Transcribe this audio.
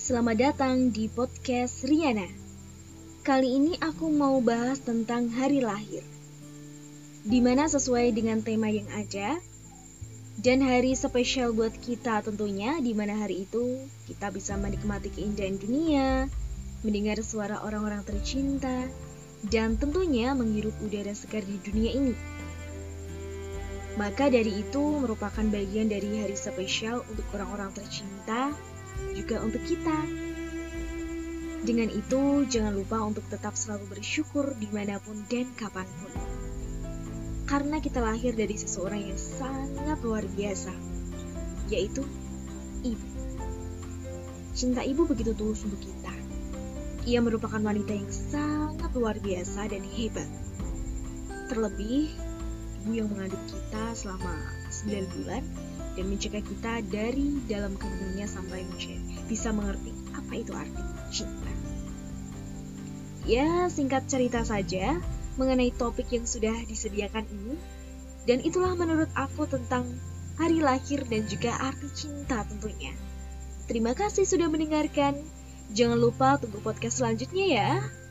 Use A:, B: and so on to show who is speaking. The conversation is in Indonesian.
A: Selamat datang di podcast Riana. Kali ini aku mau bahas tentang hari lahir, dimana sesuai dengan tema yang ada, dan hari spesial buat kita tentunya, dimana hari itu kita bisa menikmati keindahan dunia, mendengar suara orang-orang tercinta, dan tentunya menghirup udara segar di dunia ini. Maka dari itu merupakan bagian dari hari spesial untuk orang-orang tercinta, juga untuk kita. Dengan itu, jangan lupa untuk tetap selalu bersyukur dimanapun dan kapanpun. Karena kita lahir dari seseorang yang sangat luar biasa, yaitu ibu. Cinta ibu begitu tulus untuk kita. Ia merupakan wanita yang sangat luar biasa dan hebat. Terlebih, ibu yang mengandung kita selama 9 bulan dan mencegah kita dari dalam kandungannya sampai bisa mengerti apa itu arti cinta. Ya, singkat cerita saja mengenai topik yang sudah disediakan ini, dan itulah menurut aku tentang hari lahir dan juga arti cinta tentunya. Terima kasih sudah mendengarkan. Jangan lupa tunggu podcast selanjutnya ya.